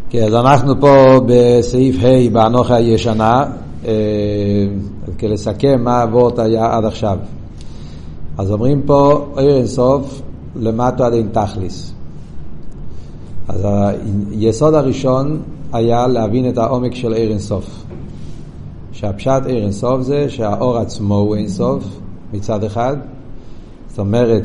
כן, אז אנחנו פה בסעיף ה' באנוכה הישנה, כדי לסכם מה אבות היה עד עכשיו. אז אומרים פה עיר אינסוף למטו עד אין תכליס. אז היסוד הראשון היה להבין את העומק של עיר אינסוף. שהפשט עיר אינסוף זה שהאור עצמו הוא אינסוף מצד אחד. זאת אומרת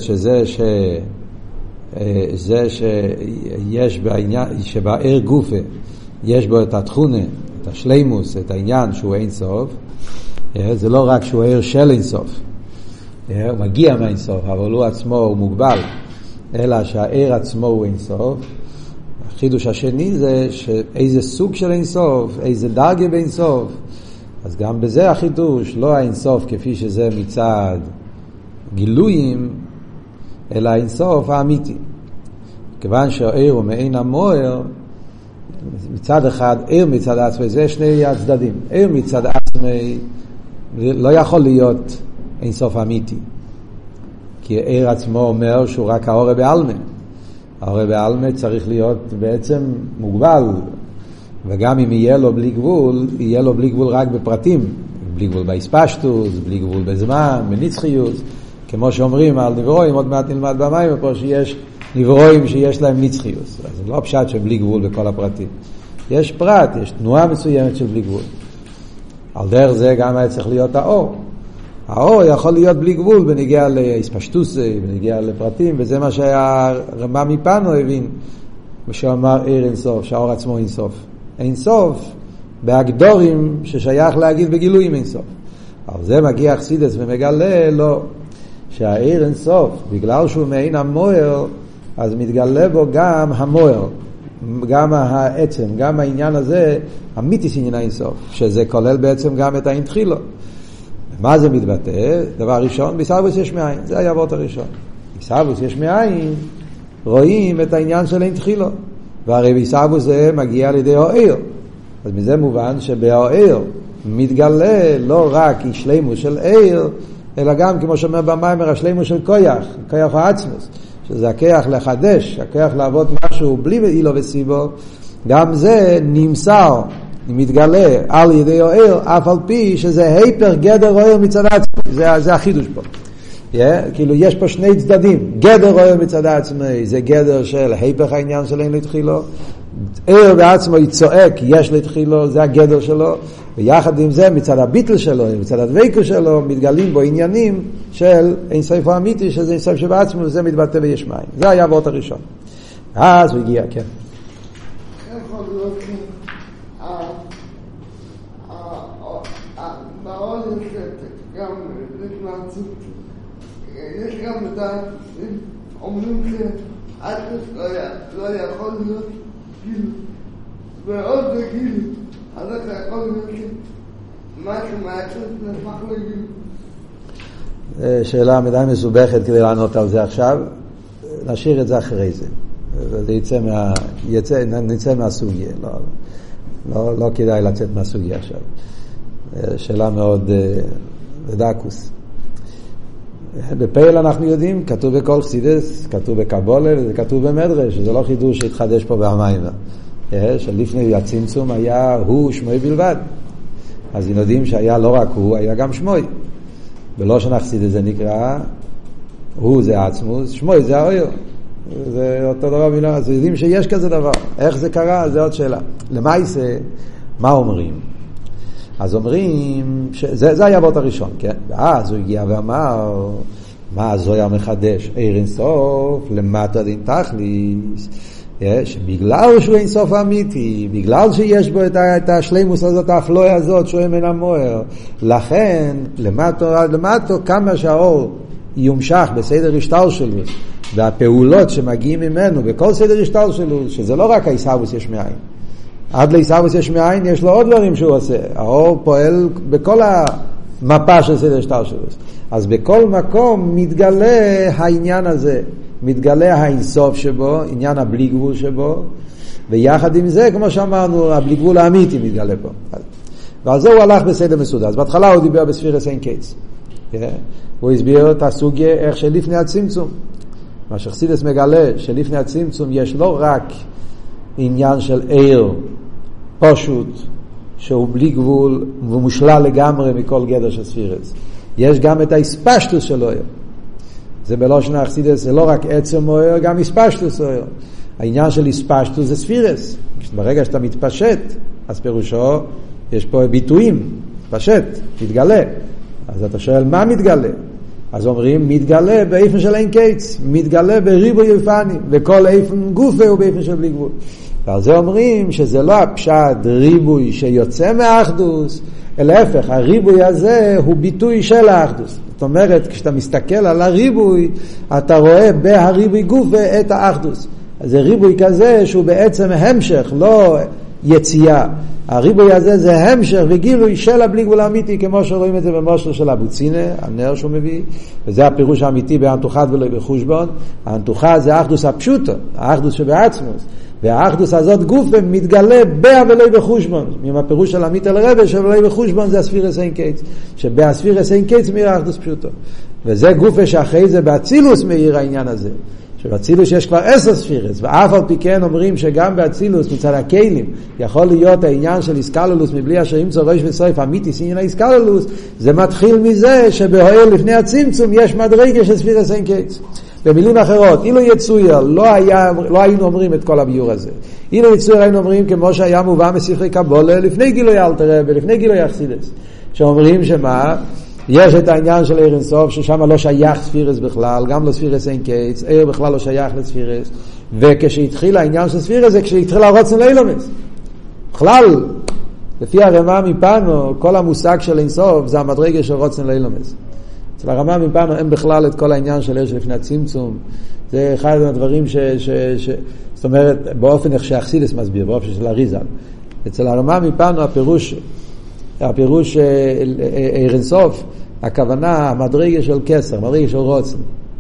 זה שיש בעניין, שבעיר גופה יש בו את התכונה, את השלימוס, את העניין שהוא אין סוף. זה לא רק שהוא עיר של אין סוף, הוא מגיע מאין סוף, אבל הוא עצמו הוא מוגבל, אלא שהעיר עצמו הוא אין סוף. החידוש השני זה שאיזה סוג של אין סוף, איזה דרגה באין סוף. אז גם בזה החידוש, לא האין סוף כפי שזה מצד גילויים, אלא האינסוף האמיתי. כיוון שהעיר הוא מעין המוער, מצד אחד, עיר מצד עצמי, זה שני הצדדים. עיר מצד עצמי לא יכול להיות אינסוף אמיתי. כי עיר עצמו אומר שהוא רק האור בעלמא. האור בעלמא צריך להיות בעצם מוגבל. וגם אם יהיה לו בלי גבול, יהיה לו בלי גבול רק בפרטים. בלי גבול בהספשטות, בלי גבול בזמן, בנצחיות. כמו שאומרים על נברואים, עוד מעט נלמד במים, פה שיש נברואים שיש להם נצחיות. אז זה לא פשט שבלי גבול בכל הפרטים. יש פרט, יש תנועה מסוימת של בלי גבול. על דרך זה גם היה צריך להיות האור. האור יכול להיות בלי גבול בנגיע להספשטוסי, בנגיע לפרטים, וזה מה שהיה רמה מפנו הבין, ושאמר עיר אינסוף, שהאור עצמו אינסוף. אינסוף בהגדורים ששייך להגיד בגילויים אינסוף. אבל זה מגיע חסידס ומגלה, לא. שהעיר אינסוף, בגלל שהוא מעין המוער, אז מתגלה בו גם המוער, גם העצם, גם העניין הזה, המיתיס עניין האינסוף, שזה כולל בעצם גם את האין תחילו. מה זה מתבטא? דבר ראשון, ביסרבוס יש מאין, זה היה הוות הראשון. ביסרבוס יש מאין, רואים את העניין של אין תחילו, והרי ביסרבוס זה מגיע לידי העיר. אז מזה מובן שבעיר מתגלה לא רק השלימוס של עיר, אלא גם, כמו שאומר במיימר, השלימוס של כוח, כוח העצמוס, שזה הכוח לחדש, הכוח לעבוד משהו בלי אילו וסיבו, גם זה נמסר, מתגלה על ידי העיר, אף על פי שזה היפר גדר העיר מצד עצמי, זה החידוש פה. כאילו יש פה שני צדדים, גדר העיר מצד עצמי, זה גדר של היפך העניין של אין לתחילו, עיר בעצמו יצועק, יש לתחילו, זה הגדר שלו, ויחד עם זה מצד הביטל שלו, מצד הדבקות שלו, מתגלים בו עניינים של אין סוף האמיתי, שזה אין סוף שבעצמו, זה מתבטא ביש מים. זה היה הוות הראשון. אז הוא הגיע, כן. יכול להיות בעוד גם להתנצות, יש גם את אומרים שאלפס לא יכול להיות גיל, ועוד זה גיל, אז אתה יכול להיות משהו מהצות נפח לגיל. שאלה מדי מסובכת כדי לענות על זה עכשיו, נשאיר את זה אחרי זה. נצא מהסוגיה, לא כדאי לצאת מהסוגיה עכשיו. שאלה מאוד דקוס. בפעיל אנחנו יודעים, כתוב בכל חסידס, כתוב בקבולה, וזה כתוב במדרש, זה לא חידוש שהתחדש פה בהמיימה. שלפני הצמצום היה הוא שמוי בלבד. אז יודעים שהיה לא רק הוא, היה גם שמוי. בלא שנחסידס זה נקרא, הוא זה עצמוס, שמוי זה האויר. זה אותו דבר מילה, אז יודעים שיש כזה דבר. איך זה קרה? זה עוד שאלה. למעשה, מה אומרים? אז אומרים, זה היה הוות הראשון, כן? ואז הוא הגיע ואמר, מה זו היה מחדש? עיר אינסוף, למטה עד אין תכליס, שבגלל שהוא אינסוף אמיתי, בגלל שיש בו את השלימוס הזאת, האפלואה הזאת, שהוא מן המוער, לכן, למטה כמה שהאור יומשך בסדר השטר שלו, והפעולות שמגיעים ממנו, בכל סדר השטר שלו, שזה לא רק הישאבוס יש מאין, עד לישאבוס יש מאין, יש לו עוד דברים שהוא עושה. האור פועל בכל המפה של סדר שטר שלו. אז בכל מקום מתגלה העניין הזה, מתגלה האינסוף שבו, עניין הבלי גבול שבו, ויחד עם זה, כמו שאמרנו, הבלי גבול האמיתי מתגלה פה. ועל זה הוא הלך בסדר מסודר. אז בהתחלה הוא דיבר בספירס אין קייס. הוא הסביר את הסוגיה איך שלפני הצמצום. מה שחסידס מגלה, שלפני הצמצום יש לא רק עניין של עיר פשוט, שהוא בלי גבול ומושלל לגמרי מכל גדר של ספירס. יש גם את ההספשטוס של אויר. זה בלושן החסידות, זה לא רק עצם אויר, גם הספשטוס אויר. העניין של הספשטוס זה ספירס. ברגע שאתה מתפשט, אז פירושו, יש פה ביטויים, פשט, מתגלה. אז אתה שואל, מה מתגלה? אז אומרים, מתגלה באיפן של אין קיץ, מתגלה בריבוי יפני, וכל איפן גופה הוא באיפן של בלי גבול. ועל זה אומרים שזה לא הפשט ריבוי שיוצא מהאחדוס, אלא להפך, הריבוי הזה הוא ביטוי של האחדוס. זאת אומרת, כשאתה מסתכל על הריבוי, אתה רואה בהריבוי גופה את האחדוס. אז זה ריבוי כזה שהוא בעצם המשך, לא יציאה. הריבוי הזה זה המשך וגילוי של הבלי גבול האמיתי, כמו שרואים את זה במושל של אבוצינה, הנר שהוא מביא, וזה הפירוש האמיתי באנתוחת ולא בחושבון. האנתוחה זה האחדוס הפשוטו, האחדוס שבעצמוס, והאחדוס הזאת גופה מתגלה בה ולא בחושבון. עם הפירוש של עמית אל רבי שלא בחושבון זה הספירס אין קיץ, שבהספירס אין קיץ מאיר האחדוס פשוטו, וזה גופה שאחרי זה באצילוס מאיר העניין הזה. שבאצילוס יש כבר 10 ספירס, ואף על פי כן אומרים שגם באצילוס מצד הכלים יכול להיות העניין של איסקללוס מבלי אשר ימצא ראש וסוף אמיתיס עניין האיסקללוס. זה מתחיל מזה שבהוער לפני הצמצום יש מדרגה של ספירס אין קיץ. במילים אחרות, אילו יצויר לא היינו אומרים את כל הביור הזה. אילו יצויר היינו אומרים כמו שהיה מובא מספרי קבולה לפני גילוי אלתר רבי, לפני גילוי החסידות, שאומרים שמה יש את העניין של עיר אינסוף, ששם לא שייך ספירס בכלל, גם לא ספירס אין קיץ, עיר בכלל לא שייך לספירס, וכשהתחיל העניין של ספירס זה כשהתחיל הרוצן לאילומס. בכלל, לפי הרמה מפנו, כל המושג של אינסוף זה המדרגה של רוצן לאילומס. אצל הרמה מפנו אין בכלל את כל העניין של עיר שלפני הצמצום. זה אחד מהדברים זאת אומרת, באופן איך שהחסידס מסביר, באופן של אריזל. אצל הרמה מפנו הפירוש עיר אינסוף, הכוונה המדרגה של כסר, מדרגה של רוצן.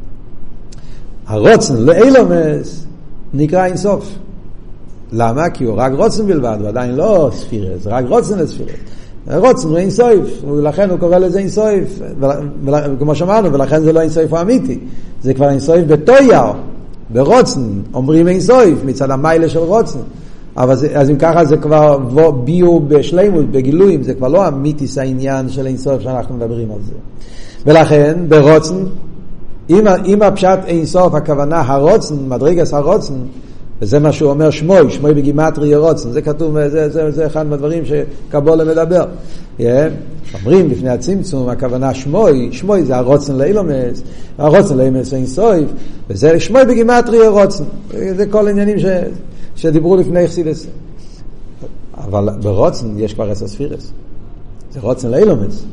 הרוצן לאילומס נקרא אינסוף. למה? כי הוא רק רוצן בלבד, הוא עדיין לא ספירס, זה רק רוצן לספירס. רוצן הוא אינסוף, ולכן הוא קורא לזה אינסוף, כמו שאמרנו, ולכן זה לא אינסוף האמיתי, זה כבר אינסוף בתויר, ברוצן, אומרים אינסוף, מצד המיילה של רוצן. אבל אז אם ככה זה כבר ביור בשלימות, בגילויים, זה כבר לא אמיתיס העניין של אינסוף שאנחנו מדברים על זה. ולכן ברוצן, אם הפשט אינסוף הכוונה הרוצן, מדרגס הרוצן, וזה מה שהוא אומר שמוי בגימטרי רוצן, זה כתוב, זה אחד מהדברים שקבולה מדבר. אומרים לפני הצמצום, הכוונה שמוי זה הרוצן לאילומס, הרוצן לאילומס זה אינסוף, וזה שמוי בגימטרי רוצן. זה כל העניינים שדיברו לפני חסידס. אבל ברוצן יש כבר 10 ספירס. זה רוצן לאילומס.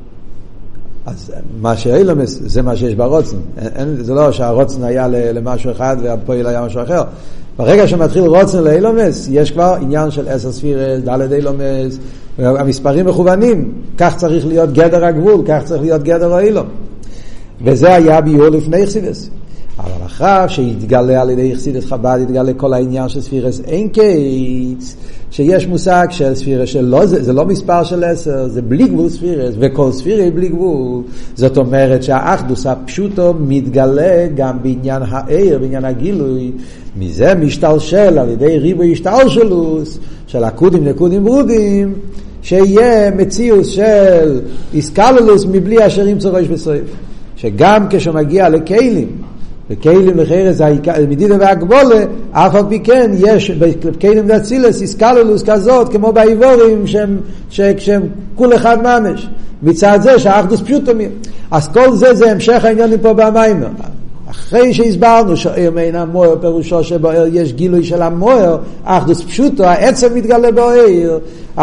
אז מה שאילומס זה מה שיש ברוצן. זה לא שהרוצן היה למשהו אחד והפועל היה משהו אחר. ברגע שמתחיל רוצן לאילומס, יש כבר עניין של 10 ספירס, ד' אילומס, המספרים מכוונים. כך צריך להיות גדר הגבול, כך צריך להיות גדר האילום. וזה היה ביור לפני חסידס. אבל אחר שהתגלה על ידי חסידות חב"ד, התגלה כל העניין של ספירס אין קיץ, שיש מושג של ספירס שלא, זה לא מספר של 10, זה בלי גבול ספירס, וכל ספירה בלי גבול. זאת אומרת שהאחדוס הפשוטו מתגלה גם בעניין העיר, בעניין הגילוי, מזה משתלשל על ידי ריבוי השתלשלוס של הקודים נקודים ברודים, שיהיה מציאוס של איסקללוס מבלי אשר ימצא ראש בסוף. שגם כשמגיע לכלים, וכלים לחרס מדידה והגבולה, אף על פי כן יש בכלים דאצילס איסקללוס כזאת כמו באיבורים שהם כול אחד ממש, מצד זה שהאחדוס פשוט אומר. אז כל זה המשך העניינים פה במיימר. אחרי שהסברנו שאיר מעין המויר פירושו שבאיר יש גילוי של המויר, אחדוס פשוטו, העצם מתגלה באיר,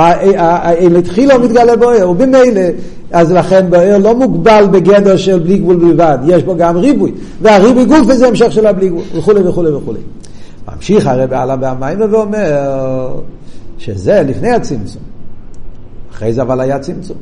התחילו מתגלה באיר, ובמילא אז לכן באיר לא מוגבל בגדר של בלי גבול בלבד, יש בו גם ריבוי, והריבוי גוף זה המשך של הבלי גבול, וכו' וכו' וכו'. ממשיך הרב עלה במיימר ואומר שזה לפני הצמצום. אחרי זה אבל היה צמצום.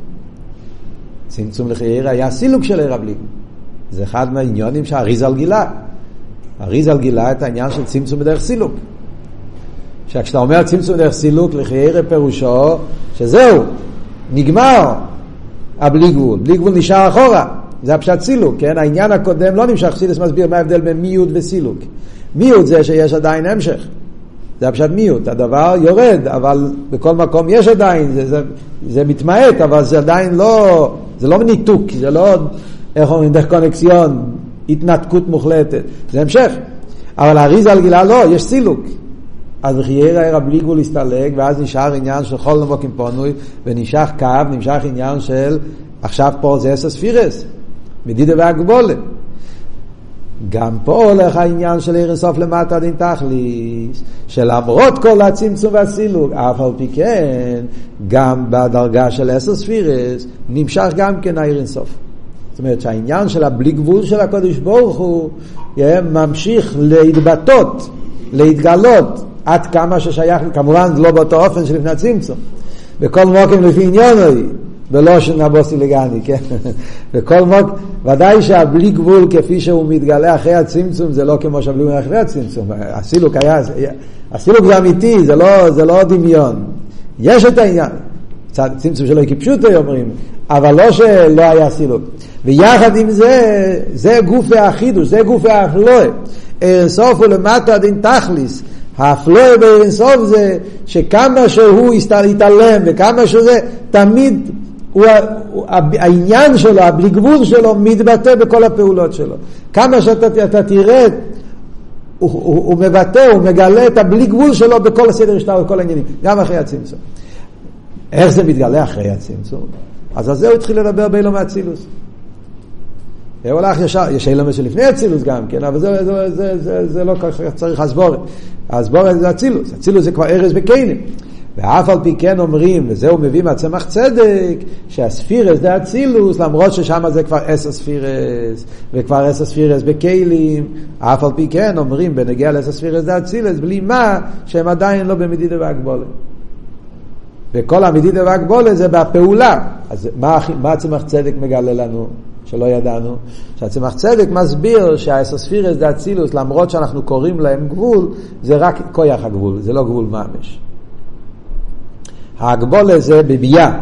צמצום לחיר היה סילוק של עיר הבלי גבול. זה אחד מהעניונים שהאריזל גילה. האריזל גילה את העניין של צמצום בדרך סילוק. שכשאתה אומר צמצום בדרך סילוק, לחיירה פירושו, שזהו, נגמר הבלי גבול. בלי גבול נשאר אחורה. זה הפשט סילוק, כן? העניין הקודם לא נמשך. חסידס מסביר מה ההבדל בין מיעוט וסילוק. מיעוט זה שיש עדיין המשך. זה הפשט מיעוט, הדבר יורד, אבל בכל מקום יש עדיין, זה מתמעט, אבל זה עדיין לא, זה לא ניתוק, זה לא, איך אומרים, דרך קונקסיון, התנתקות מוחלטת, זה המשך. אבל האריזה על גילה לא, יש סילוק. אז בחייר בלי גבול הסתלק, ואז נשאר עניין של חול נמוקים פונוי, ונמשך קו, נמשך עניין של, עכשיו פה זה 10 ספירס, מדידה והגבולה. גם פה הולך העניין של עיר אינסוף למטה דין תכליס, שלמרות כל הצמצום והסילוק, אף על פי כן, גם בדרגה של 10 ספירס, נמשך גם כן העיר אינסוף. זאת אומרת שהעניין של הבלי גבול של הקודש ברוך הוא, ממשיך להתבטאות, להתגלות, עד כמה ששייך, כמובן לא באותו אופן שלפני הצמצום. בכל מוקם לפי עניונוי, ולא שנבוסי לגני, כן? בכל מוקם, ודאי שהבלי גבול כפי שהוא מתגלה אחרי הצמצום, זה לא כמו שהבלי גבול אחרי הצמצום. הסילוק היה, הסילוק זה אמיתי, זה לא דמיון. יש את העניין. צמצום שלא יקפשוט אומרים, אבל לא שלא היה סילוק. ויחד עם זה, זה גוף האחידוש, זה גוף האפלואה. אינסוף הוא למטה דין תכליס. האפלואה באינסוף זה שכמה שהוא יתעלם וכמה שזה, תמיד העניין שלו, הבלי גבול שלו, מתבטא בכל הפעולות שלו. כמה שאתה תראה, הוא מבטא, הוא מגלה את הבלי גבול שלו בכל הסדר השטר וכל העניינים, גם אחרי הצמצום. איך זה מתגלה אחרי הצמצום? אז על זה הוא התחיל לדבר באילו מהצילוס. הוא הולך ישר, יש אילמה שלפני הצילוס גם, כן, אבל זה לא כך צריך הסבורת. הסבורת זה הצילוס. הצילוס זה כבר ארז וכלים. ואף על פי כן אומרים, וזהו מביא מהצמח צדק, שהספירס זה הצילוס, למרות ששם זה כבר 10 ספירס, וכבר 10 ספירס בכלים, אף על פי כן אומרים, בנגיע ל10 ספירס זה הצילוס, בלי מה, שהם עדיין לא במדידה והגבולה. וכל המדידה והגבולה זה בפעולה. אז מה הצמח צדק מגלה לנו? שלא ידענו, שהצמח צדק מסביר שהעשר ספירס זה הצילוס, למרות שאנחנו קוראים להם גבול, זה רק כוח הגבול, זה לא גבול ממש. ההגבולה זה בבייה.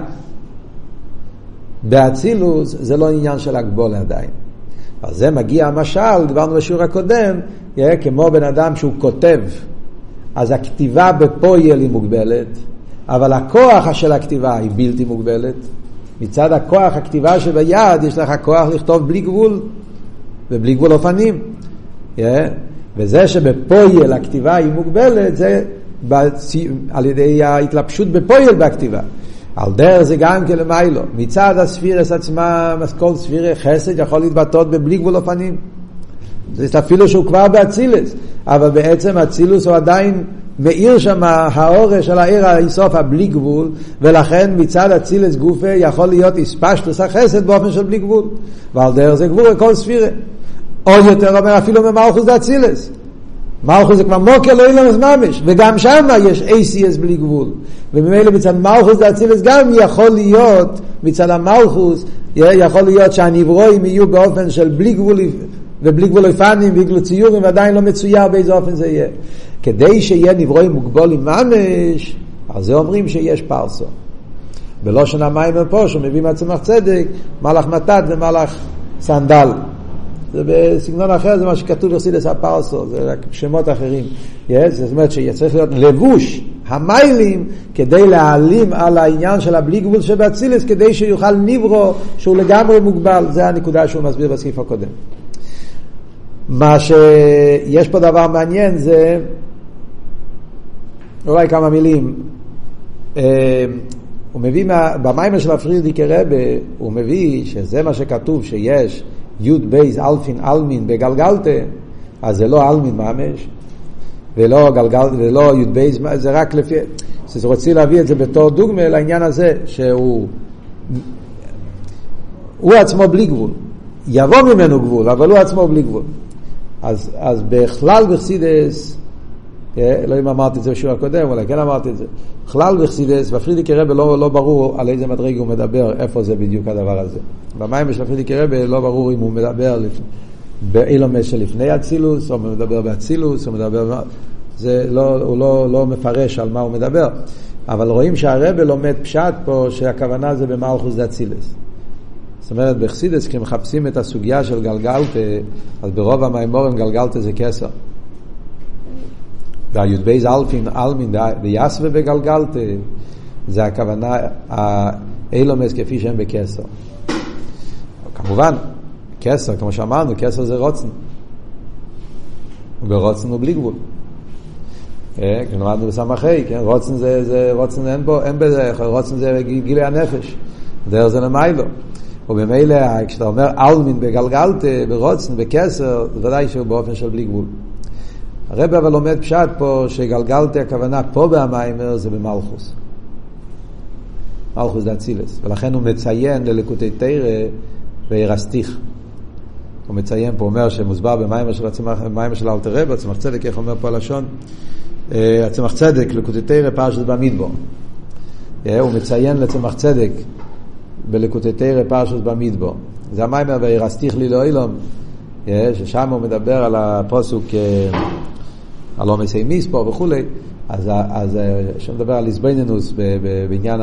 בהצילוס זה לא עניין של הגבולה עדיין. אז זה מגיע המשל, דיברנו בשיעור הקודם, כמו בן אדם שהוא כותב, אז הכתיבה בפועל היא מוגבלת, אבל הכוח של הכתיבה היא בלתי מוגבלת. מצד הכוח הכתיבה שביד יש לך כוח לכתוב בלי גבול ובלי גבול אופנים, וזה שבפועל הכתיבה היא מוגבלת זה על ידי ההתלבשות בפועל בכתיבה. על דרך זה גם כלמיילו, מצד הספירס עצמה, כל ספירה חסד יכול להתבטאות בבלי גבול אופנים, זה אפילו שהוא כבר באצילס, אבל בעצם אצילוס הוא עדיין מאיר שם האור של העיר האינסוף הבלי גבול, ולכן מצד אצילס גופה יכול להיות הספשטוס החסד באופן של בלי גבול, ועל דרך זה גבול לכל ספירה. עוד יותר אומר אפילו ממלכוס זה אצילס, מלכוס זה כבר מוקר לא אילומס ממש, וגם שם יש ACS בלי גבול, וממילא מצד מלכוס זה אצילס גם יכול להיות, מצד המלכוס יכול להיות שהנברואים יהיו באופן של בלי גבול ובלי גבול אופנים ובלי ציורים, ועדיין לא מצויר באיזה אופן זה יהיה. כדי שיהיה נברואים מוגבולים ממש, אז זה אומרים שיש פרסו. בלושן המים פה שמביא מהצמח צדק, מלאך מתת ומלאך סנדל. זה בסגנון אחר, זה מה שכתוב בחסידות הפרסו, זה רק שמות אחרים. זאת אומרת שצריך להיות לבוש המיילים כדי להעלים על העניין של הבלי גבול שבאצילס, כדי שיוכל נברו שהוא לגמרי מוגבל. זה הנקודה שהוא מסביר בסעיף הקודם. מה שיש פה דבר מעניין זה אולי כמה מילים. הוא מביא במיימר של הפרידיקי רבה, הוא מביא שזה מה שכתוב שיש יוד בייז אלפין אלמין בגלגלתה, אז זה לא אלמין ממש ולא גלגל ולא יוד בייז, זה רק לפי, זה רוצה להביא את זה בתור דוגמה לעניין הזה שהוא עצמו בלי גבול, יבוא ממנו גבול אבל הוא עצמו בלי גבול. אז בכלל בחסידס, לא אם אמרתי את זה בשיעור הקודם, אולי כן אמרתי את זה, בכלל בחסידס, בפרידיקי רבה לא ברור על איזה מדרג הוא מדבר, איפה זה בדיוק הדבר הזה. במים של הפרידיקי רבה לא ברור אם הוא מדבר באילומס שלפני אצילוס, או מדבר באצילוס, או מדבר, הוא לא מפרש על מה הוא מדבר. אבל רואים שהרבה לומד פשט פה, שהכוונה זה במלכוס דאצילס. זאת אומרת, בחסידס, כשמחפשים את הסוגיה של גלגלתה, אז ברוב המיימורים גלגלתה זה כסר. והיוד בייז אלמין ויסווה בגלגלתה, זה הכוונה האילומס כפי שהם בקסר. כמובן, קסר, כמו שאמרנו, קסר זה רוצן. ורוצן הוא בלי גבול. כלומר, בסמכי, רוצן זה, רוצן אין בזה, רוצן זה גילי הנפש. דרך זה למיילו. ובמילא, כשאתה אומר אלמין בגלגלתה, ברוצן, בקסר, ודאי שהוא באופן של בלי גבול. הרב אבל לומד פשט פה, שגלגלתה הכוונה פה במיימר זה במלכוס. מלכוס דאצילס. ולכן הוא מציין לליקוטי תורה וירסתיך. הוא מציין פה, אומר שמוסבר במיימר של אלתר רבי, הצמח צדק, איך אומר פה הלשון? הצמח צדק, ליקוטי תורה פרשת במדבר. הוא מציין לצמח צדק בליקוטי תורה פרשת במדבר. זה המיימר וירסתיך לי לאילום, ששם הוא מדבר על הפסוק על עומסי מספור וכו'. אז שמדבר על איזבנינוס בעניין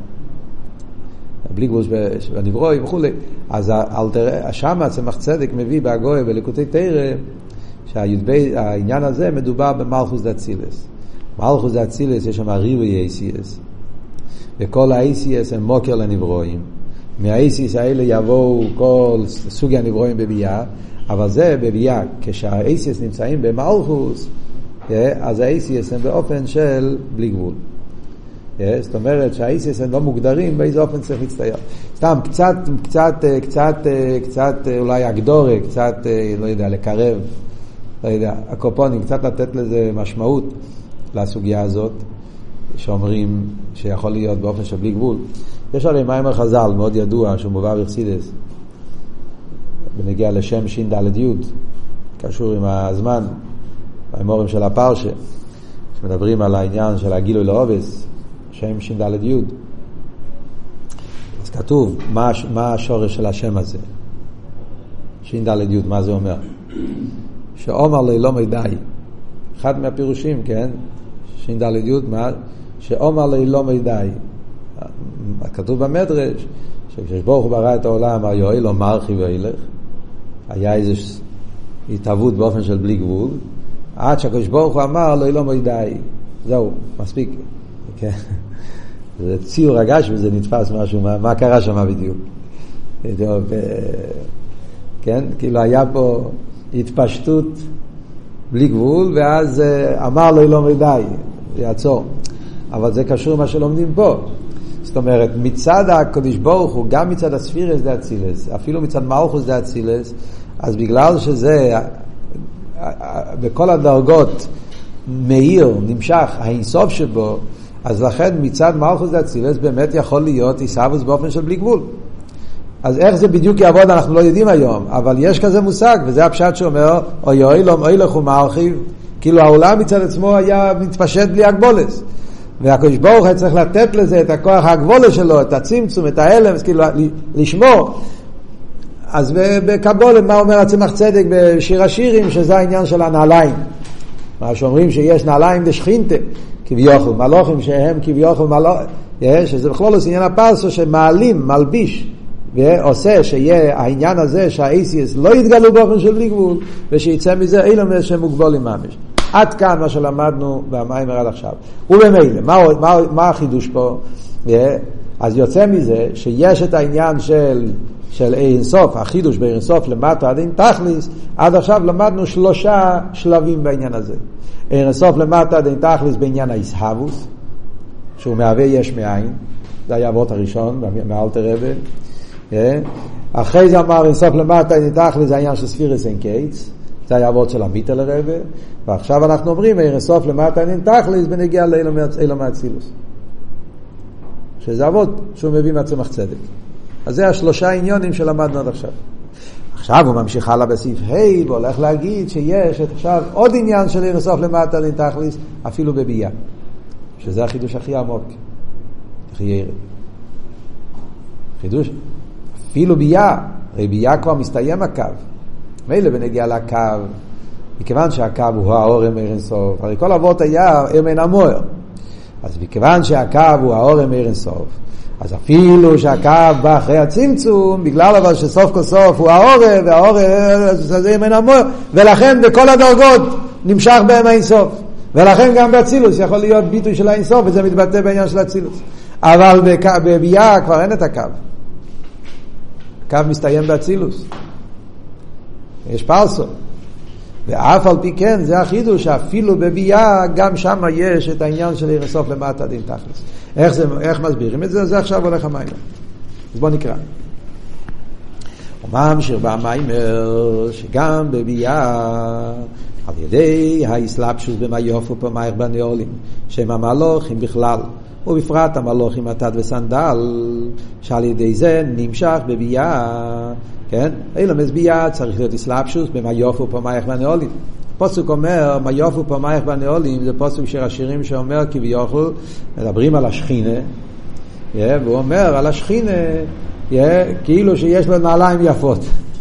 בלי גבול בנברוי וכו'. אז שם הצמח צדק מביא בהגוי בליקוטי תורה שהעניין הזה מדובר במלכוס דאצילס. מלכוס דאצילס יש שם ריבוי ACS, וכל ה-ACS הם מוקר לנברואים. מה-ACS האלה יבואו כל סוגי הנברואים בביאה, אבל זה בביאה, כשה-ACS נמצאים במלכוס, אז ה-ACS הם באופן של בלי גבול. זאת אומרת שה-ACS הם לא מוגדרים באיזה אופן צריך להצטייר. סתם קצת אולי אגדורה, קצת לא יודע, לקרב, לא יודע, הקופונים, קצת לתת לזה משמעות לסוגיה הזאת, שאומרים שיכול להיות באופן של בלי גבול. יש הרי מאמר חז"ל מאוד ידוע שהוא מובא בחסידות בנגיע לשם שין ד' י', קשור עם הזמן, האמורים של הפרשה, שמדברים על העניין של הגילוי לעובס, שם שין ד' י'. אז כתוב מה השורש של השם הזה, שין ד' י', מה זה אומר? שאומר לי לא מדי, אחד מהפירושים, כן, שין ד' י', שאומר לי לא מדי. כתוב במדרש שכשברוך הוא ברא את העולם היו לו מרחי וילך, היה איזו התהוות באופן של בלי גבול, עד שהקדוש-ברוך הוא אמר לו לא מדי, זהו, מספיק. זה ציור רגש וזה נתפס משהו, מה קרה שם בדיוק. כן, כאילו היה פה התפשטות בלי גבול, ואז אמר לו לא מדי, יעצור. אבל זה קשור למה שלומדים פה. זאת אומרת, מצד הקדוש ברוך הוא, גם מצד הספירס דאצילס, אפילו מצד מלכוס דאצילס, אז בגלל שזה בכל הדרגות מאיר, נמשך, האינסוף שבו, אז לכן מצד מלכוס דאצילס באמת יכול להיות איסאבוס באופן של בלי גבול. אז איך זה בדיוק יעבוד אנחנו לא יודעים היום, אבל יש כזה מושג, וזה הפשט שאומר, אוי אוי לא אוי לכו מרחיב, כאילו העולם מצד עצמו היה מתפשט בלי הגבולס. והקדוש ברוך הוא צריך לתת לזה את הכוח הגבולה שלו, את הצמצום, את ההלם, כאילו לשמור. אז בקבולה, מה אומר הצמח צדק בשיר השירים, שזה העניין של הנעליים. מה שאומרים שיש נעליים דשכינתה, כביוכל, מלוכים שהם כביוכל מלוכים, שזה בכלול עניין הפרסו שמעלים, מלביש, ועושה שיהיה העניין הזה שהאיסיס לא יתגלו באופן של בלי גבול, ושיצא מזה אילומס שמוגבולים ממש. עד כאן מה שלמדנו במיימר עד עכשיו. ובמילא, מה החידוש פה? אז יוצא מזה שיש את העניין של אינסוף, החידוש באינסוף למטה עד אין תכליס. עד עכשיו למדנו 3 שלבים בעניין הזה. אינסוף למטה עד אין תכליס בעניין האיסהבוס, שהוא מהווה יש מאין, זה היה אבות הראשון מאלתר רבי. אחרי זה אמר אינסוף למטה עד אין תכליס, זה העניין של ספירס אין קייץ, זה היה אבות של המיטל רבי. ועכשיו אנחנו אומרים אינסוף למטה אין תכליס בנגיע לאילום האצילוס, שזה אבות שהוא מביא מהצמח צדק. אז זה 3 עניונים שלמדנו עד עכשיו. עכשיו הוא ממשיך הלאה בסעיף ה' והולך להגיד שיש עכשיו עוד עניין של אינסוף למטה אין תכליס אפילו בביאה, שזה החידוש הכי עמוק, הכי ירד. חידוש אפילו ביאה, הרי ביאה כבר מסתיים הקו, מילא בנגיע לקו, מכיוון שהקו הוא האורם אינסוף, הרי כל אבות היה אמן המוער, אז מכיוון שהקו הוא האורם אינסוף, אז אפילו שהקו בא אחרי הצמצום, בגלל אבל שסוף כל סוף הוא האורם, והאורם זה אמן המוער, ולכן בכל הדרגות נמשך בהם אינסוף. ולכן גם באצילוס יכול להיות ביטוי של האינסוף, וזה מתבטא בעניין של האצילוס. אבל בביאה כבר אין את הקו. הקו מסתיים באצילוס. יש פרסו. ואף על פי כן, זה החידוש, שאפילו בביאה, גם שם יש את העניין של אינסוף למטה דין תכלס. איך מסבירים את זה? זה עכשיו הולך המיימר. אז בוא נקרא. וממשיך במיימר, שגם בביאה, על ידי האסלאפשוס במאיופו פמייך בנאולים, שהם המלוכים בכלל, ובפרט המלוכים התת וסנדל, שעל ידי זה נמשך בביאה, כן? אילומס ביאה צריך להיות אסלאפשוס במאיופו פמייך בנאולים. פסוק אומר, מאיופו פמייך בנאולים, זה פסוק של השירים שאומר כביכול, מדברים על השכינה, והוא אומר על השכינה, כאילו שיש לו נעליים יפות.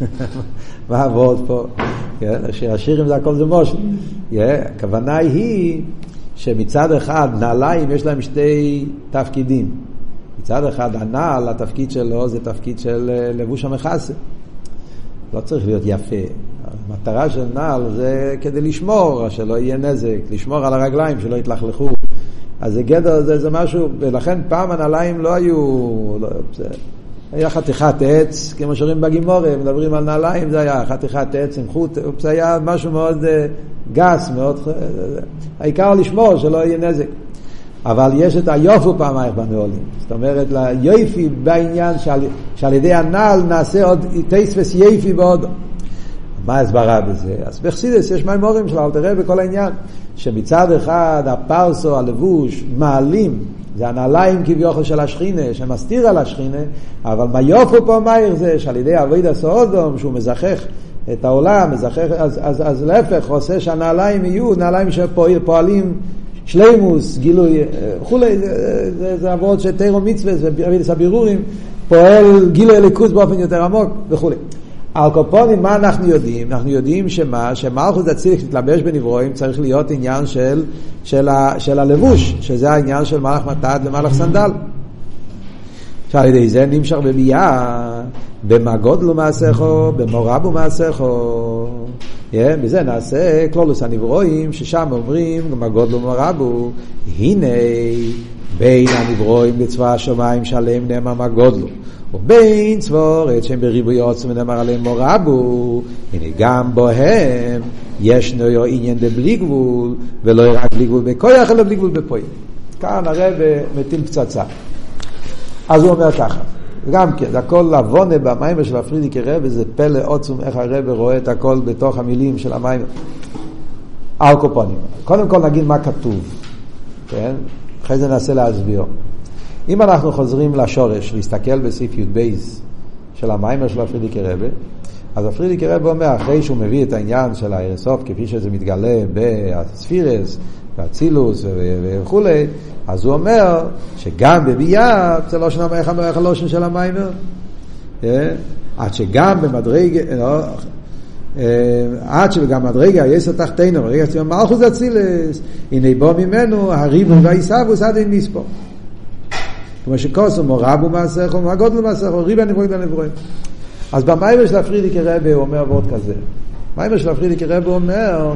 מה עבוד פה? השירים זה הכל זה מושל. הכוונה היא שמצד אחד נעליים יש להם שתי תפקידים. מצד אחד הנעל, התפקיד שלו זה תפקיד של לבוש המכסה. לא צריך להיות יפה. המטרה של נעל זה כדי לשמור, שלא יהיה נזק, לשמור על הרגליים, שלא יתלכלכו. אז זה גדר, זה משהו, ולכן פעם הנעליים לא היו... היה חתיכת עץ, כמו שרים בגימורה, מדברים על נעליים, זה היה חתיכת עץ עם חוט, זה היה משהו מאוד גס, מאוד, העיקר לשמור שלא יהיה נזק. אבל יש את היופו פעמייך בנאולים, זאת אומרת, ליופי בעניין שעל ידי הנעל נעשה עוד תספס יופי בעוד. מה הסברה בזה? אז בחסידות יש מימורים של אלתר רבי בכל העניין, שמצד אחד הפרסו, הלבוש, מעלים, זה הנעליים כביכול של השכינה, שמסתיר על השכינה, אבל מה יופו פה מהיר זה, שעל ידי עבודת סודום, שהוא מזכך את העולם, אז להפך, עושה שהנעליים יהיו, נעליים שפועלים שלימוס, גילוי, וכולי, זה עבוד של תירו מצווה, ועבודת הבירורים, פועל גילוי אליקוס באופן יותר עמוק, וכולי. על קופונים, מה אנחנו יודעים? אנחנו יודעים שמלכות דאצילס להתלבש בנברואים צריך להיות עניין של הלבוש, שזה העניין של מלך מתת ומלך סנדל. שעל ידי זה נמשך בביאה, במה גודלו מעשיכו, במורבו מעשיכו. בזה נעשה כלולוס הנברואים, ששם אומרים, במה גודלו מורבו, הנה בין הנברואים בצבא השמיים שלם נאמר מה גודלו. ובין צבורת שהם בריבוי עוצם ונאמר עליהם מורבו, הנה גם בוהם ישנו עניין בלי גבול, ולא רק בלי גבול בכוח אלא בלי גבול בפועל. כאן הרב מטיל פצצה. אז הוא אומר ככה, גם כן, הכל לבונה במיימר של הפרידיקי רב, וזה פלא עוצם איך הרב רואה את הכל בתוך המילים של המיימר. על קופונים. קודם כל נגיד מה כתוב, כן? אחרי זה ננסה להסביר. אם אנחנו חוזרים לשורש, להסתכל בסעיף י' בייס של המיימר של הפרידיקי רב, אז הפרידיקי רב אומר, אחרי שהוא מביא את העניין של האירסוף, כפי שזה מתגלה בספירס, והצילוס וכו', אז הוא אומר שגם בביאה, זה לא שנה איך הלושן של המיימר, עד שגם במדרגה, עד שגם מדרגה יסר תחתינו, מדרגה שתהיה מלכות דאצילס, הנה בוא ממנו הריבון והעיסאוווס עד אין מספור. כמו שכוסו מורבו מעשיכו, גודלו מעשיכו, ריבון הנברואים והנברואים. אז במיימר של הפרידיקי רב הוא אומר ועוד כזה. במיימר של הפרידיקי רב הוא אומר,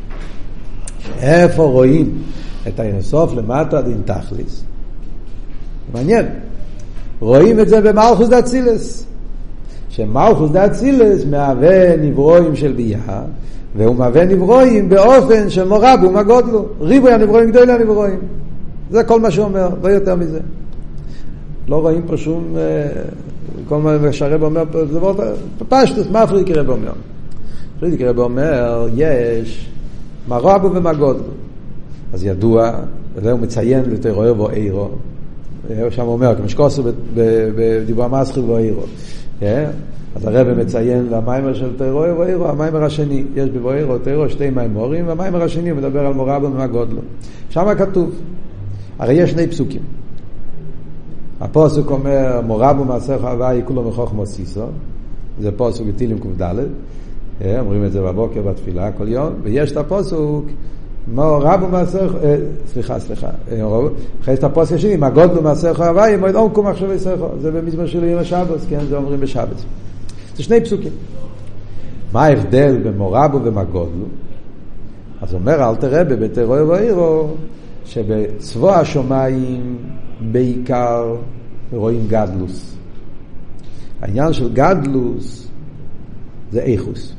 איפה רואים את האינסוף למטה דין תכליס? מעניין. רואים את זה במלכות דאצילס. שמלכות דאצילס מהווה נברואים של ביאה, והוא מהווה נברואים באופן של מורבו מה גודלו. ריבוי הנברואים גדולי הנברואים. זה כל מה שהוא אומר, לא יותר מזה. לא רואים פה שום, כל מה שהרב אומר, זה מאוד פשטוס, מה הפרידיקי רב אומר? הפרידיקי רב אומר, יש מה רבו ומה גודלו. אז ידוע, וזה הוא מציין לתרויר בו אירו, שם הוא אומר, כמו שכוסו בדיבור המסחיל בו אירו. אז הרב מציין למיימר של תרויר בו אירו, המיימר השני, יש בו אירו, תרויר שתי מיימורים, והמיימר השני מדבר על מורבו ומה גודלו. שם כתוב, הרי יש שני פסוקים. הפסוק אומר, מורבו מעשיך הוואי כולו מחוכמה סיסו, זה פסוק בתהילים ק"ד, אומרים את זה בבוקר בתפילה כל יום, ויש את הפסוק, מורבו מעשיך, סליחה, אחרי את הפסוק השני, מה גודלו מעשיך הוואי, מועד עומקו מחשבי שיחו, זה במזמור של יום השבת, כן, זה אומרים בשבת. זה שני פסוקים. מה ההבדל במורבו ומה גודלו? אז אומר אל תראה בתראה ואירו שבצבוע השומיים בעיקר רואים גדלוס. העניין של גדלוס זה איכוס.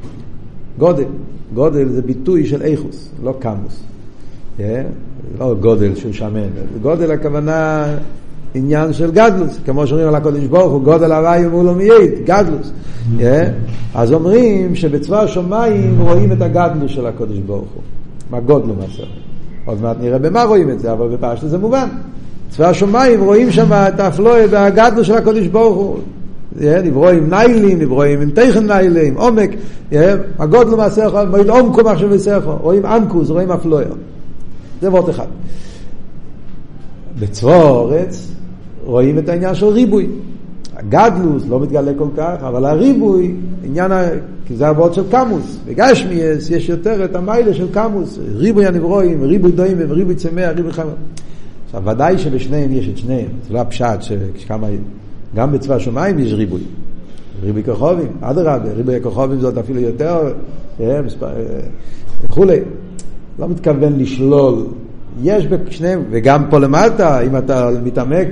גודל זה ביטוי של איכוס, לא כמוס. לא גודל של שמן. גודל הכוונה עניין של גדלוס, כמו שאומרים על הקודש ברוך הוא, גודל הוואי ומולו מייד, גדלוס. אז אומרים שבצבא השומיים רואים את הגדלוס של הקודש ברוך הוא. מה גודלו מעשר? עוד מעט נראה במה רואים את זה, אבל בפשטות זה מובן. צבא השומיים רואים שם את האפלואה והגדלוס של הקודש ברוך הוא. נברואים ניילים, נברואים עם תכן ניילים, עם עומק. הגודלו מעשר, מועיד עומקו מחשב וסרחו. רואים עמקוס, רואים אפלואה. זה וורט אחד. בצבא אורץ רואים את העניין של ריבוי. הגדלוס לא מתגלה כל כך, אבל הריבוי, עניין, כי זה הבאות של קמוס. בגשמיאס יש יותר את המיילה של קמוס. ריבוי הנברואים, ריבוי דוים, ריבוי צמח, ריבוי חמר. עכשיו, ודאי שבשניהם יש את שניהם. זה לא הפשט שכמה, גם בצבא השומיים יש ריבוי. ריבוי כוכבים, אדרבה, ריבוי הכוכבים זאת אפילו יותר, וכולי. לא מתכוון לשלול. יש בשניהם, וגם פה למטה, אם אתה מתעמק,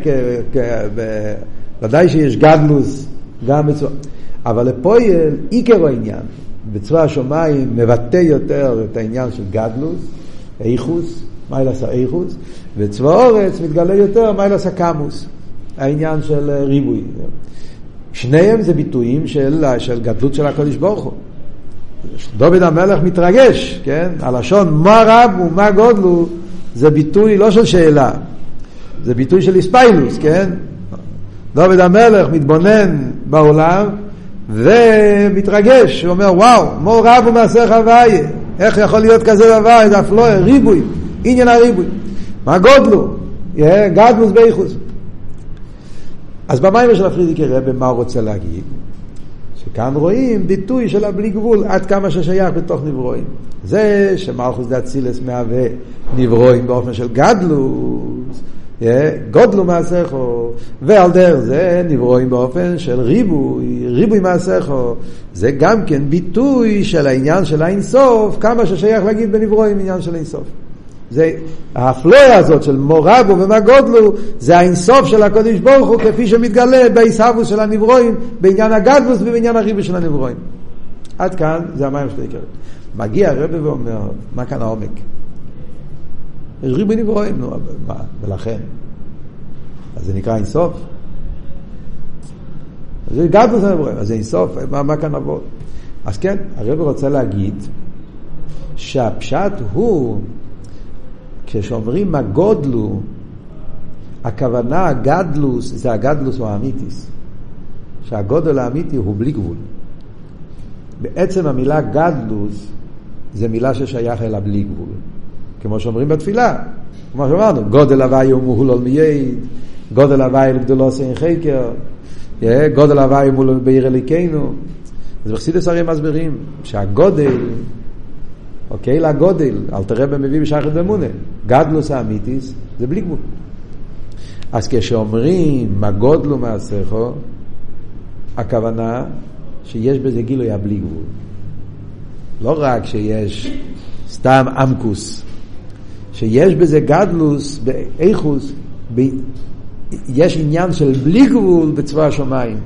ודאי שיש גדלוס, גם בצבא. אבל לפועל, עיקר העניין, בצבא השומיים מבטא יותר את העניין של גדלוס, איכוס, מיילס האיכוס, וצבא אורץ מתגלה יותר מיילס הקמוס, העניין של ריבוי. שניהם זה ביטויים של גדלות של הקודש ברוך הוא. דוד המלך מתרגש, כן? הלשון מה רב ומה גודלו, זה ביטוי לא של שאלה, זה ביטוי של הספיילוס, כן? דוד המלך מתבונן בעולם ומתרגש, הוא אומר וואו, מו רב ומעשה חוויה, איך יכול להיות כזה דבר, זה אפלואה, ריבוי, עניין הריבוי, מה גודלו? גדלוס באיכוס. אז במים של הפרידיקי רבי, מה הוא רוצה להגיד? שכאן רואים ביטוי של הבלי גבול עד כמה ששייך בתוך נברואים. זה שמלכוס דאצילס מהווה נברואים באופן של גדלוס, גודלו מעשךו, ועל דרך זה נברואים באופן של ריבוי מעשךו. זה גם כן ביטוי של העניין של האינסוף, כמה ששייך להגיד בנברואים עניין של האינסוף. זה האפלואה הזאת של מורבו ומה גודלו, זה האינסוף של הקודש ברוך הוא כפי שמתגלה בהישאבוס של הנברואים בעניין הגדלוס ובעניין הריבוי של הנברואים. עד כאן זה המים שתי עיקרים. מגיע הרבי ואומר, מה כאן העומק? יש ריבוי נברואים, נו, ולכן אז זה נקרא אינסוף. זה גדלוס הנברואים, אז זה אינסוף, מה כאן עבוד? אז כן, הרבי רוצה להגיד שהפשט הוא כשאומרים מה גודלו, הכוונה הגדלוס זה הגדלוס הוא האמיתיס, שהגודל האמיתי הוא בלי גבול. בעצם המילה גדלוס זה מילה ששייך אל הבלי גבול, כמו שאומרים בתפילה, כמו שאמרנו, גודל הוואי ומוהול על מייד, גודל הוואי לגדולו אין חקר, גודל הוואי מול בעיר אליקנו. אז בחסידות הרי מסבירים שהגודל, אוקיי, לגודל, אל תראה במביא בשייכות באמונה, גדלוס האמיתיס זה בלי גבול. אז כשאומרים מה גודלו מעשךו, הכוונה שיש בזה גילוי הבלי גבול. לא רק שיש סתם עמקוס, שיש בזה גדלוס באיכוס, יש עניין של בלי גבול בצבא השומיים.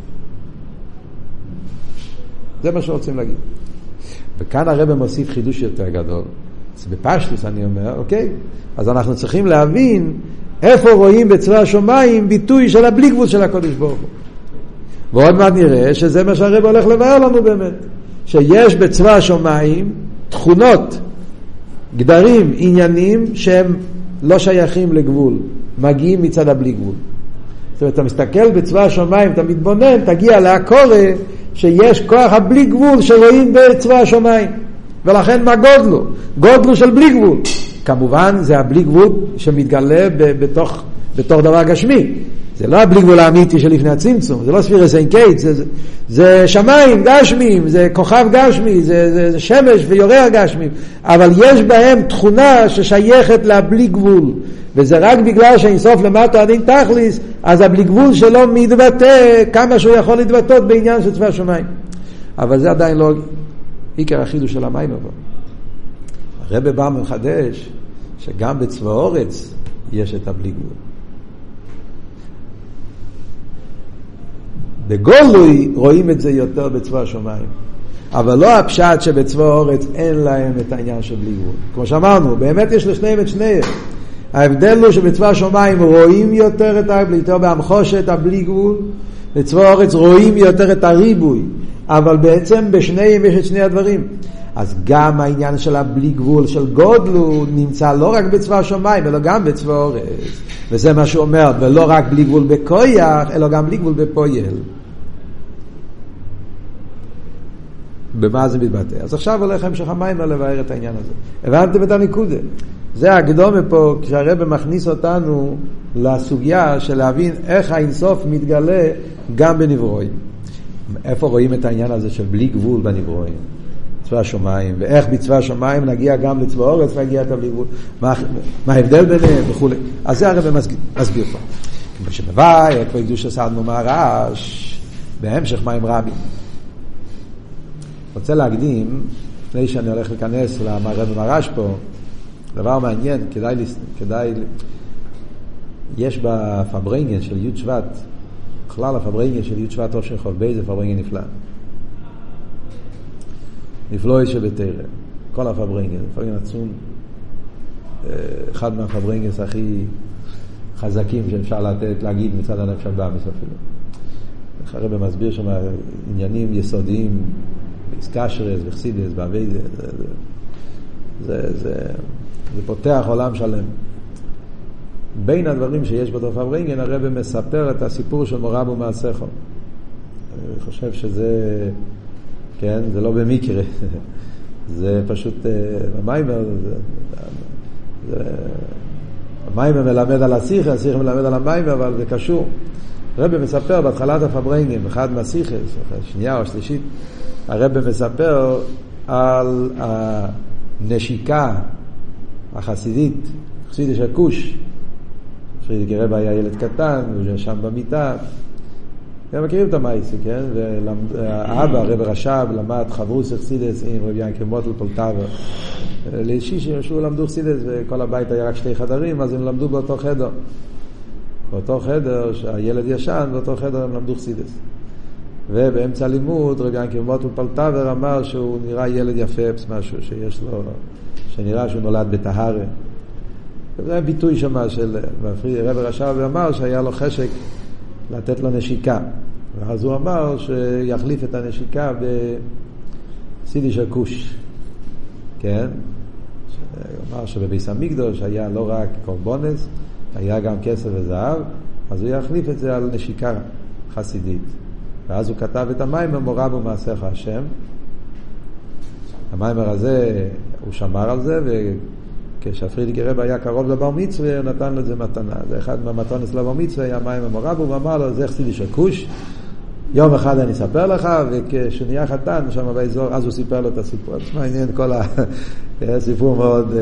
זה מה שרוצים להגיד. וכאן הרב מוסיף חידוש יותר גדול. אז בפשטוס אני אומר, אוקיי, אז אנחנו צריכים להבין איפה רואים בצבא השומיים ביטוי של הבלי גבול של הקודש ברוך הוא. ועוד מעט נראה שזה מה שהרב הולך לבאר לנו באמת. שיש בצבא השומיים תכונות, גדרים, עניינים שהם לא שייכים לגבול, מגיעים מצד הבלי גבול. זאת אומרת, אתה מסתכל בצבא השומיים, אתה מתבונן, תגיע להקורא שיש כוח הבלי גבול שרואים בצבא השומיים. ולכן מה גודלו? גודלו של בלי גבול. כמובן זה הבלי גבול שמתגלה בתוך דבר גשמי. זה לא הבלי גבול האמיתי שלפני הצמצום, זה לא ספירס אין קייט, זה שמיים גשמיים, זה כוכב גשמי, זה שמש ויורח גשמיים, אבל יש בהם תכונה ששייכת לבלי גבול, וזה רק בגלל שאינסוף למטה עד אין תכליס, אז הבלי גבול שלו מתבטא כמה שהוא יכול להתבטאות בעניין של צבא השמיים. אבל זה עדיין לא עיקר החידוש של המים. אבל הרב בא מחדש שגם בצבא אורץ יש את הבלי גבול. בגולוי רואים את זה יותר בצבא השמיים, אבל לא הפשט שבצבא אורץ אין להם את העניין של בלי גבול. כמו שאמרנו, באמת יש לשניהם את שניהם. ההבדל הוא שבצבא השמיים רואים יותר את יותר בהמחושת הבלי גבול, בצבא אורץ רואים יותר את הריבוי, אבל בעצם בשניהם יש את שני הדברים. אז גם העניין של הבלי גבול של גודלו נמצא לא רק בצבא השמיים אלא גם בצבא אורץ, וזה מה שהוא אומר, ולא רק בלי גבול בכויח אלא גם בלי גבול בפועל. במה זה מתבטא? אז עכשיו הולך המשך המים לבאר את העניין הזה. הבנתם את הנקודה? זה הקדומה פה כשהרב מכניס אותנו לסוגיה של להבין איך האינסוף מתגלה גם בנברואים. איפה רואים את העניין הזה של בלי גבול בנברואים? צבא השמיים, ואיך בצבא השמיים נגיע גם לצבא אורץ ונגיע את הבלי גבול, מה ההבדל ביניהם וכו'. אז זה הרב מסביר פה. כשנביא, כבר הקדוש הסעדנו מהרעש, בהמשך מים רבים. רוצה להקדים, לפני שאני הולך להיכנס למרב ומרש פה, דבר מעניין, כדאי, יש בפברנגן של י' שבט, בכלל הפברנגן של י' שבט אושר חוב בי, זה פברנגן נפלא. נפלא שבתרא, כל הפברנגן, פברנגן עצום, אחד מהפברנגן הכי חזקים שאפשר להגיד מצד הנפש הבאמיס אפילו. הרב מסביר שם עניינים יסודיים, איסקשרס וחסידס, בעבידה, זה פותח עולם שלם. בין הדברים שיש בתוך פברנגן, הרב מספר את הסיפור של מורב ומעשיכו. אני חושב שזה, כן, זה לא במקרה. זה פשוט, המיימר, המיימר מלמד על השיחה, השיחה מלמד על המיימר, אבל זה קשור. הרב מספר בהתחלת הפברנגן, אחד מהשיחה, שנייה או שלישית, הרב מספר על הנשיקה החסידית, חסידי של כוש. פרידיק הרב היה ילד קטן, הוא שם במיטה. הם מכירים את המייסי, כן? והאבא, הרב רש"ב, למד חברוס חסידס עם רב ינקל מוטל פולטאבר. לשישים שהוא למדו חסידס, וכל הבית היה רק 2 חדרים, אז הם למדו באותו חדר. באותו חדר, שהילד ישן, באותו חדר הם למדו חסידס. ובאמצע לימוד, רב ינקל מוטל פולטאבר אמר שהוא נראה ילד יפה, משהו שיש לו, שנראה שהוא נולד בטהרה. זה היה ביטוי שמה של רב רש"ב, ואמר שהיה לו חשק לתת לו נשיקה. ואז הוא אמר שיחליף את הנשיקה בסידי של כוש. כן? הוא אמר שבביס המקדוש היה לא רק קורבנס, היה גם כסף וזהב, אז הוא יחליף את זה על נשיקה חסידית. ואז הוא כתב את המיימר מורב ומעשיך השם. המיימר הזה, הוא שמר על זה, וכשפרידיק הרב היה קרוב לבר מצווה, הוא נתן לו את זה מתנה. זה אחד מהמתונס לבר מצווה, היה מיימר מורב, הוא אמר לו, זה חסידי של כוש. יום אחד אני אספר לך, וכשהוא נהיה חתן, שם באזור, אז הוא סיפר לו את הסיפור. זה מעניין, כל הסיפור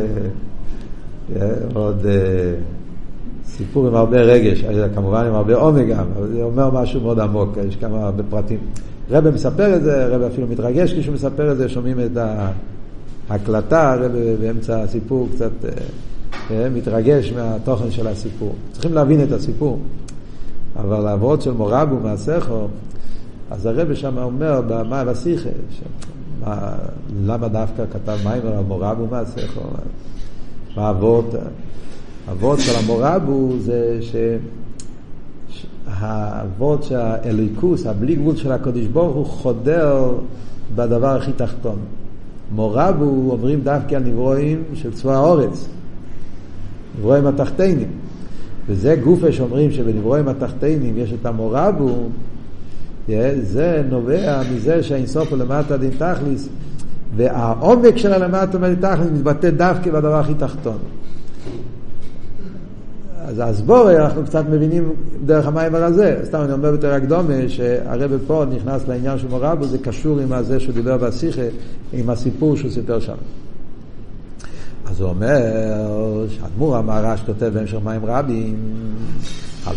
מאוד סיפור עם הרבה רגש, כמובן עם הרבה עומק גם, אבל זה אומר משהו מאוד עמוק, יש כמה הרבה פרטים. רב מספר את זה, רב אפילו מתרגש כשהוא מספר את זה, שומעים את ההקלטה, רב באמצע הסיפור קצת מתרגש מהתוכן של הסיפור. צריכים להבין את הסיפור. אבל העבוד של מורב ומעשיכו, אז הרב שם אומר, מה בשיחה, למה דווקא כתב מיימר על מורב ומעשיכו? מה העבוד? העבוד של המורב הוא זה שהעבוד של האליקוס, הבלי גבול של הקדוש ברוך הוא חודר בדבר הכי תחתון. מורב הוא אומרים דווקא על נברואים של צבא האורץ, נברואים התחתינים. וזה גופה שאומרים שבנברואים התחתינים יש את המורב הוא, זה נובע מזה שהאינסוף הוא למטה דין תכליס, והעומק של הלמטה דין תכליס מתבטא דווקא בדבר הכי תחתון. אז הסבור, אנחנו קצת מבינים דרך המיימר הזה. סתם אני אומר יותר הקדומה, שהרב פה נכנס לעניין של מורב, זה קשור עם הזה שהוא דיבר בשיחה, עם הסיפור שהוא סיפר שם. אז הוא אומר, שאדמו"ר המהר"ש כותב בהמשך מים רבים, על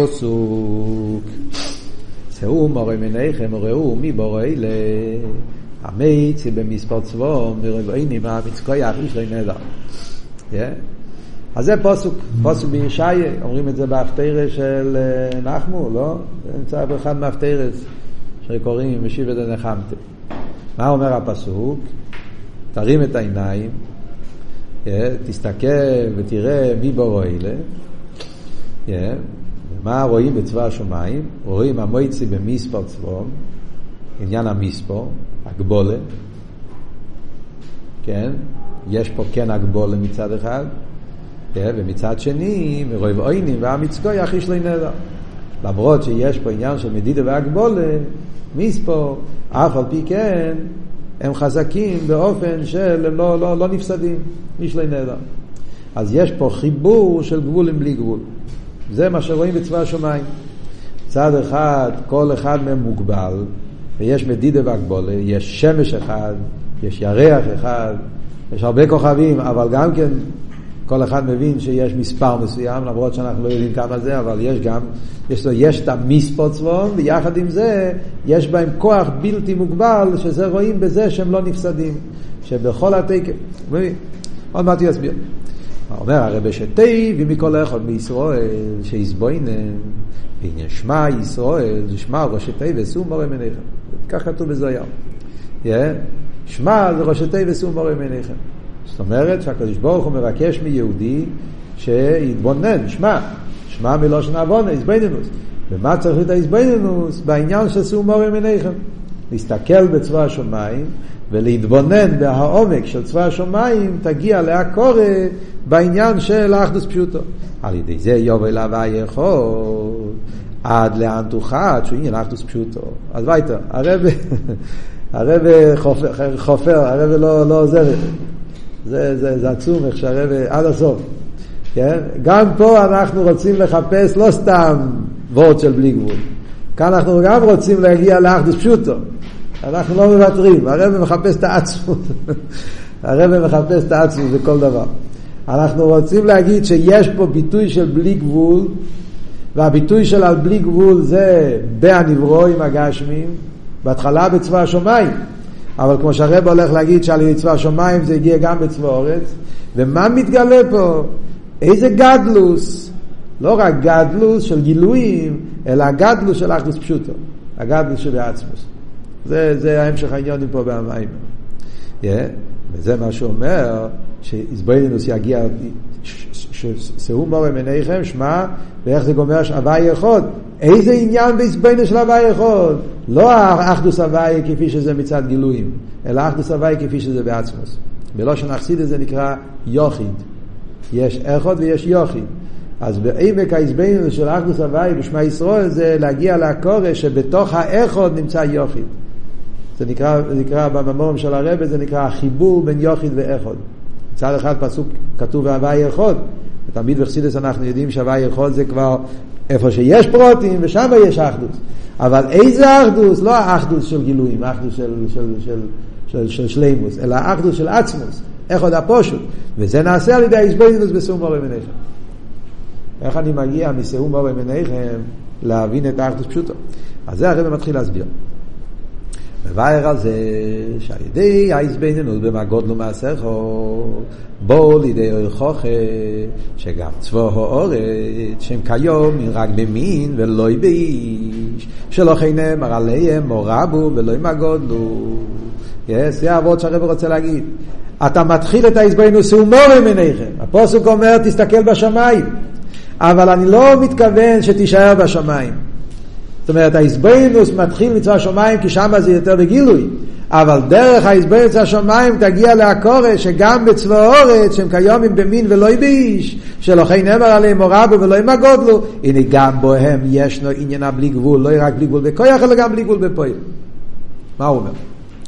הפוסוק, שאו מורי מניכם, ראו מי בורא אלה, המייצי במספר צבום מרבעינים המצקויח איש לא נדע. אז זה פסוק בישעיה, אומרים את זה בהפטרה של נחמו, לא? זה נמצא באחד מהפטרות שקוראים משיב דנחמתי. מה אומר הפסוק? תרים את העיניים, תסתכל ותראה מי בורא אלה. מה רואים בצבא השמיים? רואים המויצי במספר צבום, עניין המספר, הגבולה. כן? יש פה כן הגבולה מצד אחד, ומצד שני מרוב עוינים והמצקויח איש לא נדע. למרות שיש פה עניין של מדידה והגבולה, מספר, אף על פי כן הם חזקים באופן של הם לא נפסדים, איש לא נדע. אז יש פה חיבור של גבול עם בלי גבול. זה מה שרואים בצבא השמיים. צד אחד, כל אחד מהם מוגבל, ויש מדידה והגבולה, יש שמש אחד, יש ירח אחד, יש הרבה כוכבים, אבל גם כן כל אחד מבין שיש מספר מסוים, למרות שאנחנו לא יודעים כמה זה, אבל יש את המספר צבום, ויחד עם זה יש בהם כוח בלתי מוגבל, שזה רואים בזה שהם לא נפסדים, שבכל התקף. עוד מעט יסביר. אומר הרב שתי ומכל אחד מישראל שיסבוינם בעניין שמע ישראל, שמע ראשי תיבות ושום מורה מניכם. כך כתוב בזוהר. שמע זה ראשי תיבות ושום מורה מניכם. זאת אומרת שהקדוש ברוך הוא מבקש מיהודי שיתבונן, שמע מלושן עוונה, איזבנינוס. ומה צריך את האיזבנינוס? בעניין של שום מורה מניכם. להסתכל בצבא השמיים ולהתבונן בהעומק של צבא השמיים, תגיע להקורא בעניין של האחדוס פשוטו. על ידי זה יובל הוויה אחד עד לאן תוכל שהוא עניין האחדוס פשוטו. אז ביתה, הרב חופר, הרב לא עוזר. זה עצום איך שהרב עד הסוף. כן? גם פה אנחנו רוצים לחפש לא סתם וורד של בלי גבול. כאן אנחנו גם רוצים להגיע לאחדוס פשוטו. אנחנו לא מוותרים, הרב מחפש את העצמות. הרב מחפש את העצמות בכל דבר. אנחנו רוצים להגיד שיש פה ביטוי של בלי גבול, והביטוי של על בלי גבול זה בהנברואים הגשמים, בהתחלה בצבא השמיים. אבל כמו שהרב הולך להגיד שעל ידי צבא השמיים זה הגיע גם בצבא אורץ. ומה מתגלה פה? איזה גדלוס? לא רק גדלוס של גילויים, אלא גדלוס של אחדוס פשוטו. הגדלוס שבעצמוס. זה ההמשך העניונים פה במים. וזה מה שאומר, שאיזבנינוס יגיע, שהוא מורה מניכם, שמע, ואיך זה גומר שהוואי אחד. איזה עניין באיזבנינוס של הוואי אחד? לא האחדוס הוואי כפי שזה מצד גילויים, אלא האחדוס הוואי כפי שזה בעצמוס. בלושן החסידות זה נקרא יוחיד. יש אחד ויש יוחיד. אז בעמק האיזבנינוס של האחדוס הוואי בשמע ישראל זה להגיע לקורא שבתוך האחד נמצא יוחיד. זה נקרא במאמרים של הרב, זה נקרא החיבור בין יוחיד ואחד. מצד אחד פסוק כתוב הוואי אחד, ותמיד בחסידות אנחנו יודעים שהוואי אחד זה כבר איפה שיש פרוטים ושם יש אחדוס. אבל איזה אחדוס? לא האחדוס של גילויים, האחדוס של שלימוס, אלא האחדוס של עצמוס, אחד הפשוט. וזה נעשה על ידי האיזבנינוס בשום מורה מניכם. איך אני מגיע משום מורה מניכם להבין את האחדוס פשוטו? אז זה הרב מתחיל להסביר. מבאר על זה שעל ידי האיזבנינוס במגודלו מעשךו בוא לידי אורחוכה שגם צבא האורץ שהם כיום רק במין ולא באיש שלא נאמר עליהם מורבו ולא מגודלו. זה העבוד שהרב רוצה להגיד. אתה מתחיל את האיזבנינוס הוא מורה מניכם. הפסוק אומר תסתכל בשמיים, אבל אני לא מתכוון שתישאר בשמיים. זאת אומרת, האיזבנינוס מתחיל מצבא השמיים כי שם זה יותר בגילוי, אבל דרך האיזבנינוס השמיים תגיע להקורא שגם בצבא האורץ שהם כיומים במין ולא באיש שלא נאמר עליהם מורבו ולא מגודלו, הנה גם בוהם ישנו עניין בלי גבול, לא רק בלי גבול בכוח אלא גם בלי גבול בפועל. מה הוא אומר?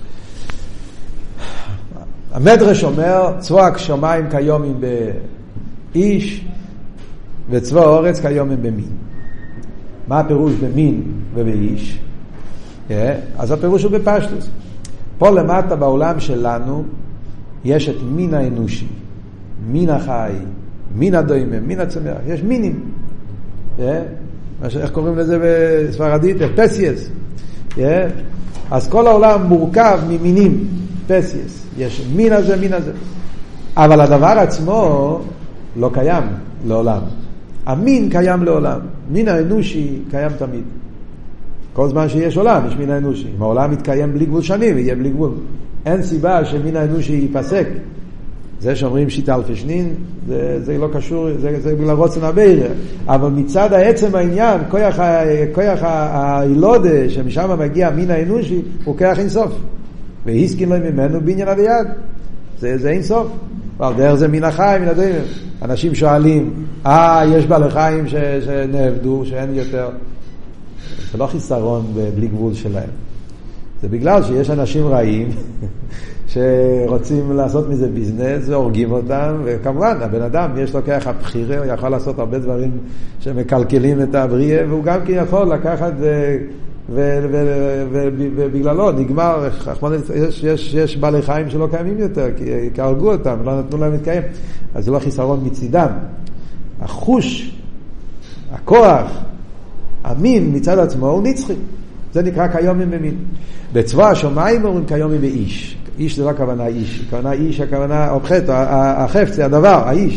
המדרש אומר צבא השמיים כיומים באיש וצבא האורץ כיומים במין. מה הפירוש במין ובאיש? אז הפירוש הוא בפשטוס. פה למטה בעולם שלנו יש את מין האנושי, מין החי, מין הדוימם, מין הצמח. יש מינים. איך קוראים לזה בספרדית? פסייס. אז כל העולם מורכב ממינים, פסיס, יש מין הזה, מין הזה. אבל הדבר עצמו לא קיים לעולם. המין קיים לעולם. מין האנושי קיים תמיד. כל זמן שיש עולם, יש מין האנושי. אם העולם מתקיים בלי גבול שנים, יהיה בלי גבול. אין סיבה שמין האנושי ייפסק. זה שאומרים שיטה אלפי שנין, זה לא קשור, זה בגלל רוצן הבירה. אבל מצד העצם העניין, כוח הילודה, שמשם מגיע מין האנושי, הוא כוח אינסוף. והסכים לו ממנו בעניין הביד. זה אינסוף. אבל דרך זה מן החיים, מן הדברים. אנשים שואלים, יש בעלי חיים שנעבדו, שאין יותר. זה לא חיסרון בלי גבול שלהם. זה בגלל שיש אנשים רעים שרוצים לעשות מזה ביזנס והורגים אותם, וכמובן הבן אדם יש לו ככה הבחירה, הוא יכול לעשות הרבה דברים שמקלקלים את הבריאה, והוא גם כן יכול לקחת ובגללו נגמר, יש בעלי חיים שלא קיימים יותר, כי הרגו אותם, לא נתנו להם להתקיים. אז זה לא חיסרון מצידם. החוש, הכוח, המין מצד עצמו הוא נצחי. זה נקרא כיומים במין. בצבא השמיים אומרים כיומים באיש. איש זה לא הכוונה איש. הכוונה איש, הכוונה אובחת, החפץ, הדבר, האיש,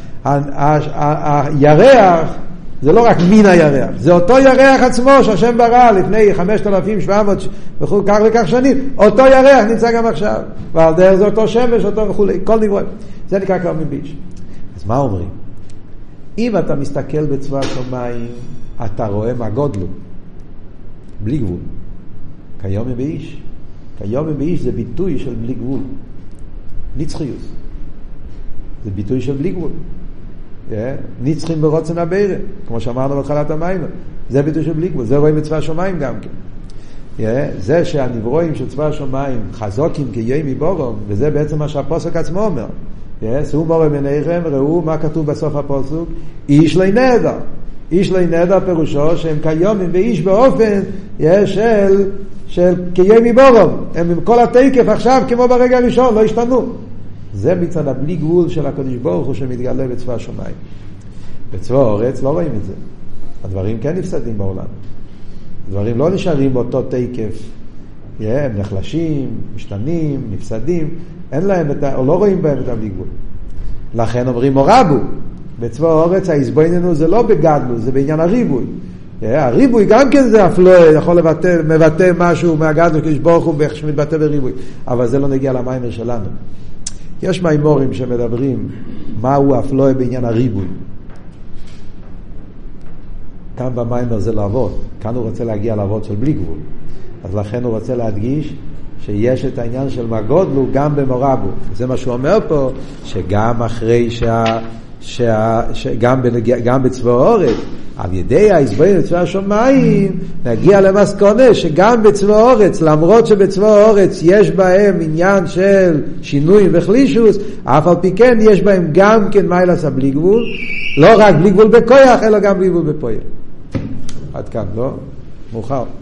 הירח, זה לא רק מין הירח, זה אותו ירח עצמו שהשם ברא לפני 5,700 וכו' כך וכך שנים. אותו ירח נמצא גם עכשיו. ועל דרך זה אותו שמש, אותו וכו', כל נברא. זה נקרא כיומים באיש. אז מה אומרים? אם אתה מסתכל בצבא השמיים, אתה רואה מה גודלו. בלי גבול. כיומים באיש. כיומים באיש זה ביטוי של בלי גבול. נצחיות. זה ביטוי של בלי גבול. נצחים ברוצן הבירה, כמו שאמרנו בתחילת המים. זה ביטוי של בלי גבול. זה רואים בצבא השמיים גם כן. זה שהנברואים של צבא השמיים חזוקים כימי בורום, וזה בעצם מה שהפוסק עצמו אומר. שאו מורה מניכם, ראו מה כתוב בסוף הפוסק, איש לא נהדר. איש לא נהדר פירושו שהם כיומים באיש באופן של כימי בורום. הם עם כל התקף עכשיו כמו ברגע הראשון, לא השתנו. זה מצד הבלי גבול של הקדוש ברוך הוא שמתגלה בצבא השמיים. בצבא הארץ לא רואים את זה. הדברים כן נפסדים בעולם. הדברים לא נשארים באותו תקף. הם נחלשים, משתנים, נפסדים. אין להם או לא רואים בהם את הבלי גבול. לכן אומרים מורבו. בצבא הארץ ההסבויננו זה לא בגדלו, זה בעניין הריבוי. הריבוי גם כן זה אפילו יכול מבטא משהו מהגדלו כדוש ברוך הוא שמתבטא בריבוי. אבל זה לא נגיע למיימר שלנו. יש מיימורים שמדברים מהו אפלואה בעניין הריבוי. כאן במיימר זה לעבוד. כאן הוא רוצה להגיע לעבוד של בלי גבול. אז לכן הוא רוצה להדגיש שיש את העניין של מגודלו גם במורבו. זה מה שהוא אומר פה, שגם אחרי גם בצבא הארץ, על ידי ההסברים בצבא השמיים, נגיע למסקנה שגם בצבא הארץ, למרות שבצבא הארץ יש בהם עניין של שינוי וחלישוס, אף על פי כן יש בהם גם כן מיילס הבלי גבול, לא רק בלי גבול בכוח, אלא גם בלי גבול בפועל. עד כאן, לא? מאוחר.